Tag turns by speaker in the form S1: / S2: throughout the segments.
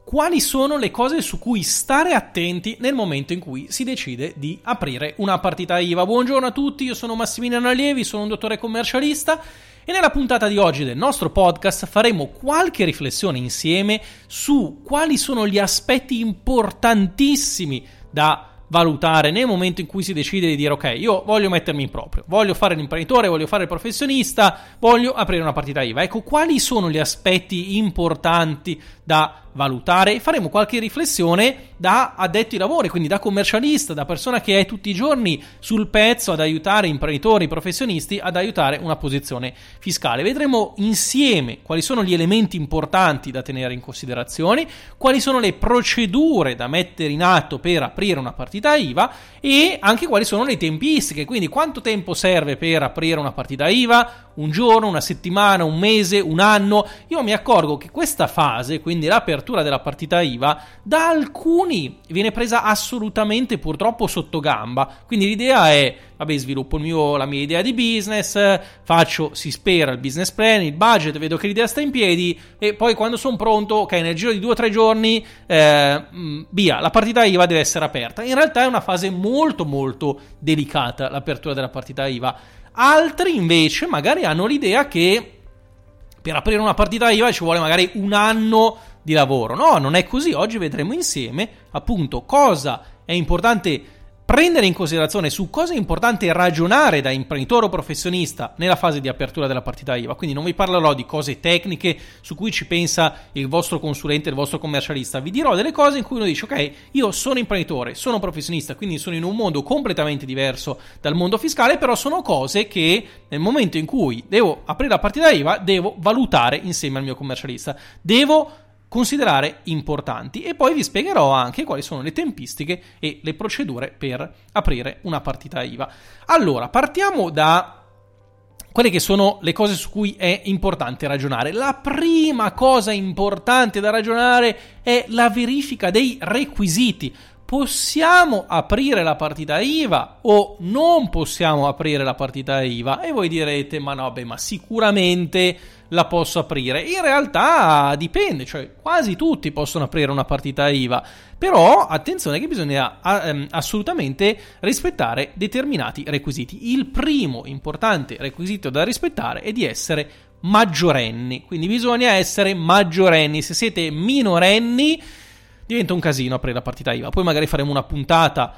S1: quali sono le cose su cui stare attenti nel momento in cui si decide di aprire una partita IVA. Buongiorno a tutti, io sono Massimiliano Allievi, sono un dottore commercialista e nella puntata di oggi del nostro podcast faremo qualche riflessione insieme su quali sono gli aspetti importantissimi da valutare nel momento in cui si decide di dire ok, io voglio mettermi in proprio, voglio fare l'imprenditore, voglio fare il professionista, voglio aprire una partita IVA. Ecco, quali sono gli aspetti importanti da valutare e faremo qualche riflessione da addetto ai lavori, quindi da commercialista, da persona che è tutti i giorni sul pezzo ad aiutare imprenditori, professionisti ad aiutare una posizione fiscale. Vedremo insieme quali sono gli elementi importanti da tenere in considerazione, quali sono le procedure da mettere in atto per aprire una partita IVA e anche quali sono le tempistiche, quindi quanto tempo serve per aprire una partita IVA, un giorno, una settimana, un mese, un anno. Io mi accorgo che questa fase, quindi l'apertura della partita IVA, da alcuni viene presa assolutamente purtroppo sotto gamba. Quindi l'idea è, vabbè, sviluppo la mia idea di business, faccio, si spera, il business plan, il budget, vedo che l'idea sta in piedi e poi quando sono pronto, ok, nel giro di 2 o 3 giorni, via, la partita IVA deve essere aperta. In realtà è una fase molto molto delicata l'apertura della partita IVA. Altri invece magari hanno l'idea che per aprire una partita IVA ci vuole magari un anno di lavoro. No, non è così. Oggi vedremo insieme appunto cosa è importante prendere in considerazione, su cosa è importante ragionare da imprenditore o professionista nella fase di apertura della partita IVA. Quindi non vi parlerò di cose tecniche su cui ci pensa il vostro consulente, il vostro commercialista. Vi dirò delle cose in cui uno dice ok, io sono imprenditore, sono professionista, quindi sono in un mondo completamente diverso dal mondo fiscale, però sono cose che nel momento in cui devo aprire la partita IVA devo valutare insieme al mio commercialista, devo considerare importanti, e poi vi spiegherò anche quali sono le tempistiche e le procedure per aprire una partita IVA. Allora, partiamo da quelle che sono le cose su cui è importante ragionare. La prima cosa importante da ragionare è la verifica dei requisiti. Possiamo aprire la partita IVA o non possiamo aprire la partita IVA? E voi direte, ma no, ma sicuramente la posso aprire. In realtà dipende, cioè quasi tutti possono aprire una partita IVA, però attenzione che bisogna assolutamente rispettare determinati requisiti. Il primo importante requisito da rispettare è di essere maggiorenni, quindi bisogna essere maggiorenni. Se siete minorenni diventa un casino aprire la partita IVA. Poi magari faremo una puntata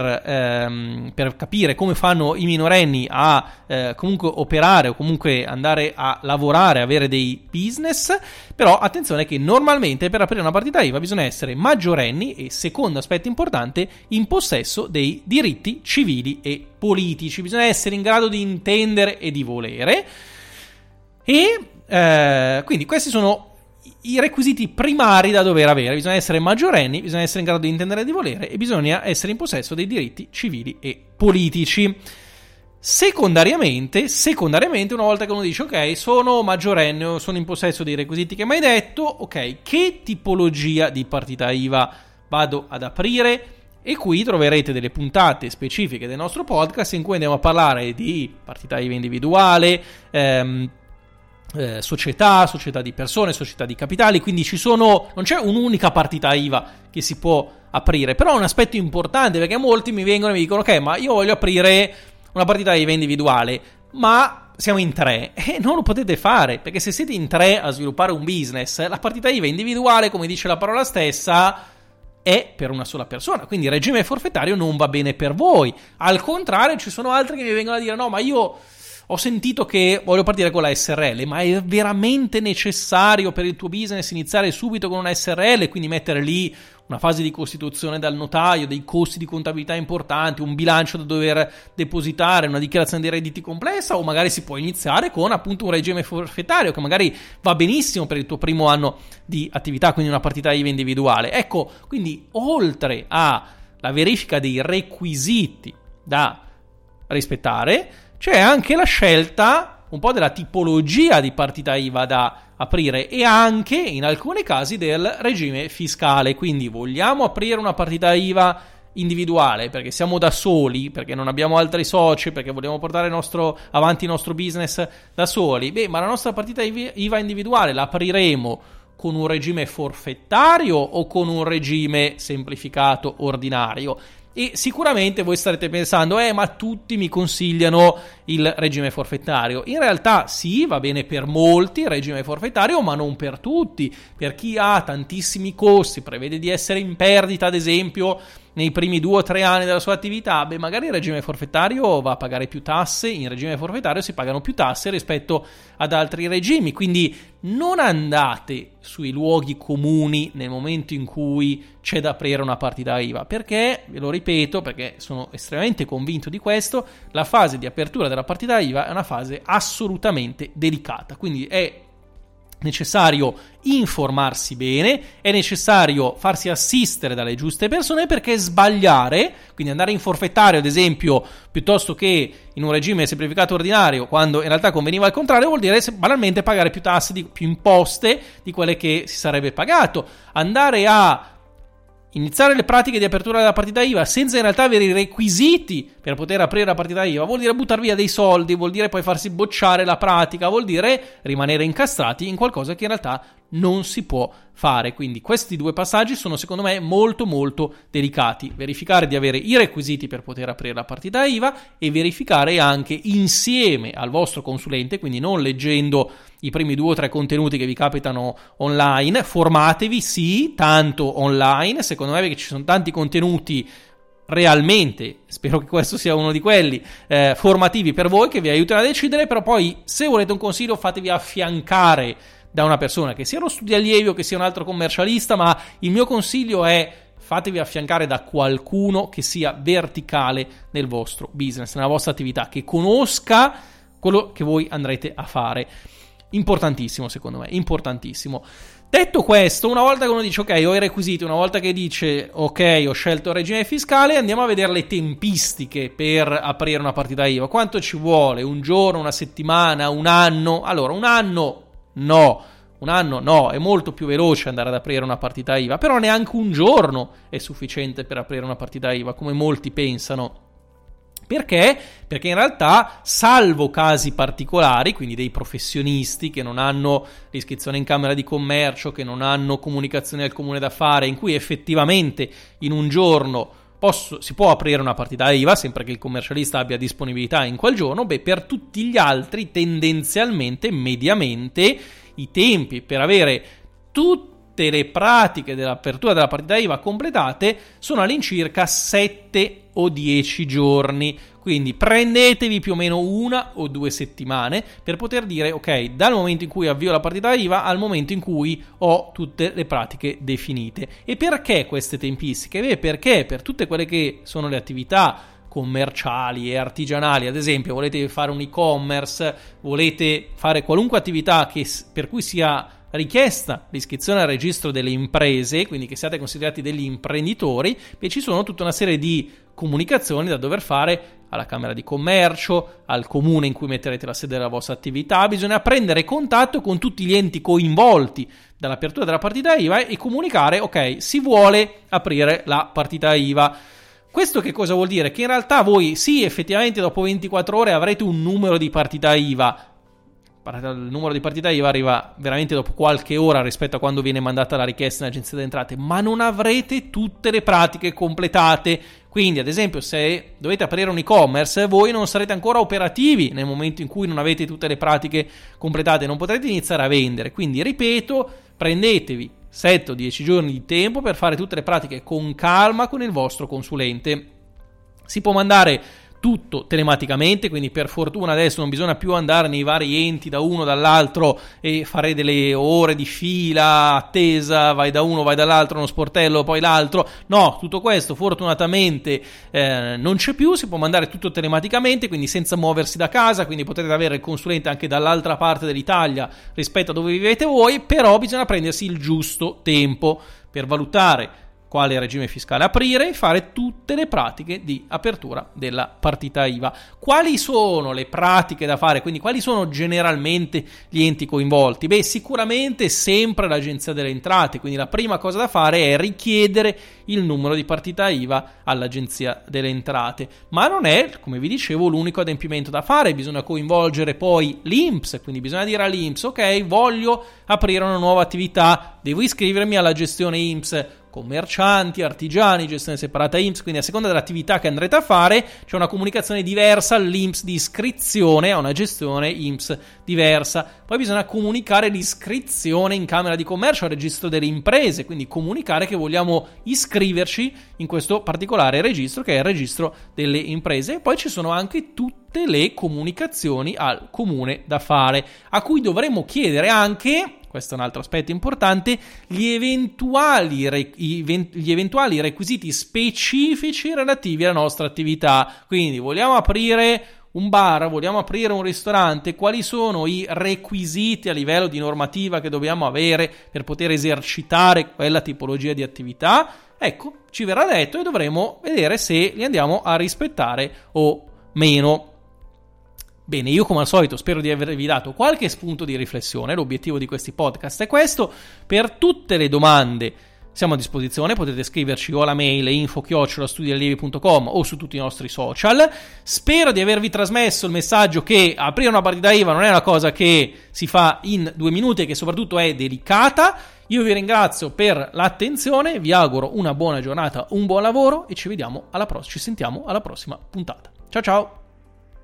S1: per capire come fanno i minorenni a comunque operare o comunque andare a lavorare, avere dei business. Però attenzione che normalmente per aprire una partita IVA bisogna essere maggiorenni e, secondo aspetto importante, in possesso dei diritti civili e politici. Bisogna essere in grado di intendere e di volere. E quindi questi sono i requisiti primari da dover avere. Bisogna essere maggiorenni, bisogna essere in grado di intendere e di volere e bisogna essere in possesso dei diritti civili e politici. Secondariamente, una volta che uno dice ok, sono maggiorenne, sono in possesso dei requisiti che mi hai detto, ok, che tipologia di partita IVA vado ad aprire? E qui troverete delle puntate specifiche del nostro podcast in cui andiamo a parlare di partita IVA individuale, società di persone, società di capitali. Quindi non c'è un'unica partita IVA che si può aprire, però è un aspetto importante, perché molti mi vengono e mi dicono ok, ma io voglio aprire una partita IVA individuale, ma siamo in 3 e non lo potete fare, perché se siete in 3 a sviluppare un business, la partita IVA individuale, come dice la parola stessa, è per una sola persona, quindi il regime forfettario non va bene per voi. Al contrario, ci sono altri che mi vengono a dire no, ma io ho sentito che voglio partire con la SRL, ma è veramente necessario per il tuo business iniziare subito con una SRL, quindi mettere lì una fase di costituzione dal notaio, dei costi di contabilità importanti, un bilancio da dover depositare, una dichiarazione dei redditi complessa, o magari si può iniziare con appunto un regime forfettario che magari va benissimo per il tuo primo anno di attività, quindi una partita IVA individuale. Ecco, quindi oltre alla verifica dei requisiti da rispettare, c'è anche la scelta un po' della tipologia di partita IVA da aprire e anche in alcuni casi del regime fiscale. Quindi vogliamo aprire una partita IVA individuale perché siamo da soli, perché non abbiamo altri soci, perché vogliamo portare avanti il nostro business da soli. Ma la nostra partita IVA individuale la apriremo con un regime forfettario o con un regime semplificato ordinario? E sicuramente voi starete pensando, ma tutti mi consigliano il regime forfettario. In realtà sì, va bene per molti il regime forfettario, ma non per tutti. Per chi ha tantissimi costi, prevede di essere in perdita, ad esempio, nei primi 2 o 3 anni della sua attività, magari il regime forfettario va a pagare più tasse, in regime forfettario si pagano più tasse rispetto ad altri regimi, quindi non andate sui luoghi comuni nel momento in cui c'è da aprire una partita IVA, perché, ve lo ripeto, perché sono estremamente convinto di questo, la fase di apertura della partita IVA è una fase assolutamente delicata, quindi è necessario informarsi bene, è necessario farsi assistere dalle giuste persone, perché sbagliare, quindi andare in forfettario ad esempio piuttosto che in un regime semplificato ordinario, quando in realtà conveniva al contrario, vuol dire banalmente pagare più tasse, più imposte di quelle che si sarebbe pagato. Andare a iniziare le pratiche di apertura della partita IVA senza in realtà avere i requisiti per poter aprire la partita IVA vuol dire buttare via dei soldi, vuol dire poi farsi bocciare la pratica, vuol dire rimanere incastrati in qualcosa che in realtà non si può fare. Quindi questi 2 passaggi sono secondo me molto molto delicati: verificare di avere i requisiti per poter aprire la partita IVA e verificare anche insieme al vostro consulente, quindi non leggendo i primi 2 o 3 contenuti che vi capitano online. Formatevi, sì, tanto online, secondo me, perché ci sono tanti contenuti realmente, spero che questo sia uno di quelli formativi per voi, che vi aiutano a decidere. Però poi, se volete un consiglio, fatevi affiancare da una persona, che sia uno studiallievo, che sia un altro commercialista, ma il mio consiglio è: fatevi affiancare da qualcuno che sia verticale nel vostro business, nella vostra attività, che conosca quello che voi andrete a fare. Importantissimo, secondo me, importantissimo. Detto questo, una volta che uno dice ok, ho i requisiti, una volta che dice ok, ho scelto il regime fiscale, andiamo a vedere le tempistiche per aprire una partita IVA. Quanto ci vuole? Un giorno, una settimana, un anno? Allora, un anno no, è molto più veloce andare ad aprire una partita IVA, però neanche un giorno è sufficiente per aprire una partita IVA, come molti pensano. Perché? Perché in realtà, salvo casi particolari, quindi dei professionisti che non hanno l'iscrizione in Camera di Commercio, che non hanno comunicazione al Comune da fare, in cui effettivamente in un giorno si può aprire una partita IVA, sempre che il commercialista abbia disponibilità in quel giorno, per tutti gli altri tendenzialmente, mediamente, i tempi per avere tutte le pratiche dell'apertura della partita IVA completate sono all'incirca 7 o 10 giorni. Quindi prendetevi più o meno 1 o 2 settimane per poter dire ok, dal momento in cui avvio la partita IVA al momento in cui ho tutte le pratiche definite. E perché queste tempistiche? Perché per tutte quelle che sono le attività commerciali e artigianali, ad esempio volete fare un e-commerce, volete fare qualunque attività per cui sia richiesta l'iscrizione al registro delle imprese, quindi che siate considerati degli imprenditori, ci sono tutta una serie di comunicazioni da dover fare alla Camera di Commercio, al comune in cui metterete la sede della vostra attività. Bisogna prendere contatto con tutti gli enti coinvolti dall'apertura della partita IVA e comunicare ok, si vuole aprire la partita IVA. Questo che cosa vuol dire? Che in realtà voi sì, effettivamente dopo 24 ore avrete un numero di partita IVA. Il numero di partita IVA arriva veramente dopo qualche ora rispetto a quando viene mandata la richiesta in agenzia delle entrate, ma non avrete tutte le pratiche completate. Quindi, ad esempio, se dovete aprire un e-commerce, voi non sarete ancora operativi nel momento in cui non avete tutte le pratiche completate, non potrete iniziare a vendere. Quindi, ripeto, prendetevi 7 o 10 giorni di tempo per fare tutte le pratiche con calma con il vostro consulente. Si può mandare tutto telematicamente, quindi per fortuna adesso non bisogna più andare nei vari enti da uno dall'altro e fare delle ore di fila, attesa, vai da uno, vai dall'altro, uno sportello, poi l'altro. No, tutto questo fortunatamente non c'è più, si può mandare tutto telematicamente, quindi senza muoversi da casa, quindi potete avere il consulente anche dall'altra parte dell'Italia rispetto a dove vivete voi, però bisogna prendersi il giusto tempo per valutare quale regime fiscale aprire e fare tutte le pratiche di apertura della partita IVA. Quali sono le pratiche da fare? Quindi quali sono generalmente gli enti coinvolti? Beh, sicuramente sempre l'Agenzia delle Entrate, quindi la prima cosa da fare è richiedere il numero di partita IVA all'Agenzia delle Entrate, ma non è, come vi dicevo, l'unico adempimento da fare. Bisogna coinvolgere poi l'INPS, quindi bisogna dire all'INPS: ok, voglio aprire una nuova attività, devo iscrivermi alla gestione INPS commercianti, artigiani, gestione separata INPS, quindi a seconda dell'attività che andrete a fare c'è una comunicazione diversa all'INPS di iscrizione a una gestione INPS diversa. Poi bisogna comunicare l'iscrizione in Camera di Commercio al registro delle imprese, quindi comunicare che vogliamo iscriverci in questo particolare registro che è il registro delle imprese. E poi ci sono anche tutte le comunicazioni al comune da fare, a cui dovremmo chiedere anche, questo è un altro aspetto importante, gli eventuali requisiti specifici relativi alla nostra attività. Quindi vogliamo aprire un bar, vogliamo aprire un ristorante, quali sono i requisiti a livello di normativa che dobbiamo avere per poter esercitare quella tipologia di attività? Ecco, ci verrà detto e dovremo vedere se li andiamo a rispettare o meno. Bene, io come al solito spero di avervi dato qualche spunto di riflessione. L'obiettivo di questi podcast è questo. Per tutte le domande siamo a disposizione, potete scriverci o alla mail info@studialievi.com o su tutti i nostri social. Spero di avervi trasmesso il messaggio che aprire una partita IVA non è una cosa che si fa in 2 minuti e che soprattutto è delicata. Io vi ringrazio per l'attenzione, vi auguro una buona giornata, un buon lavoro e ci sentiamo alla prossima puntata. Ciao ciao!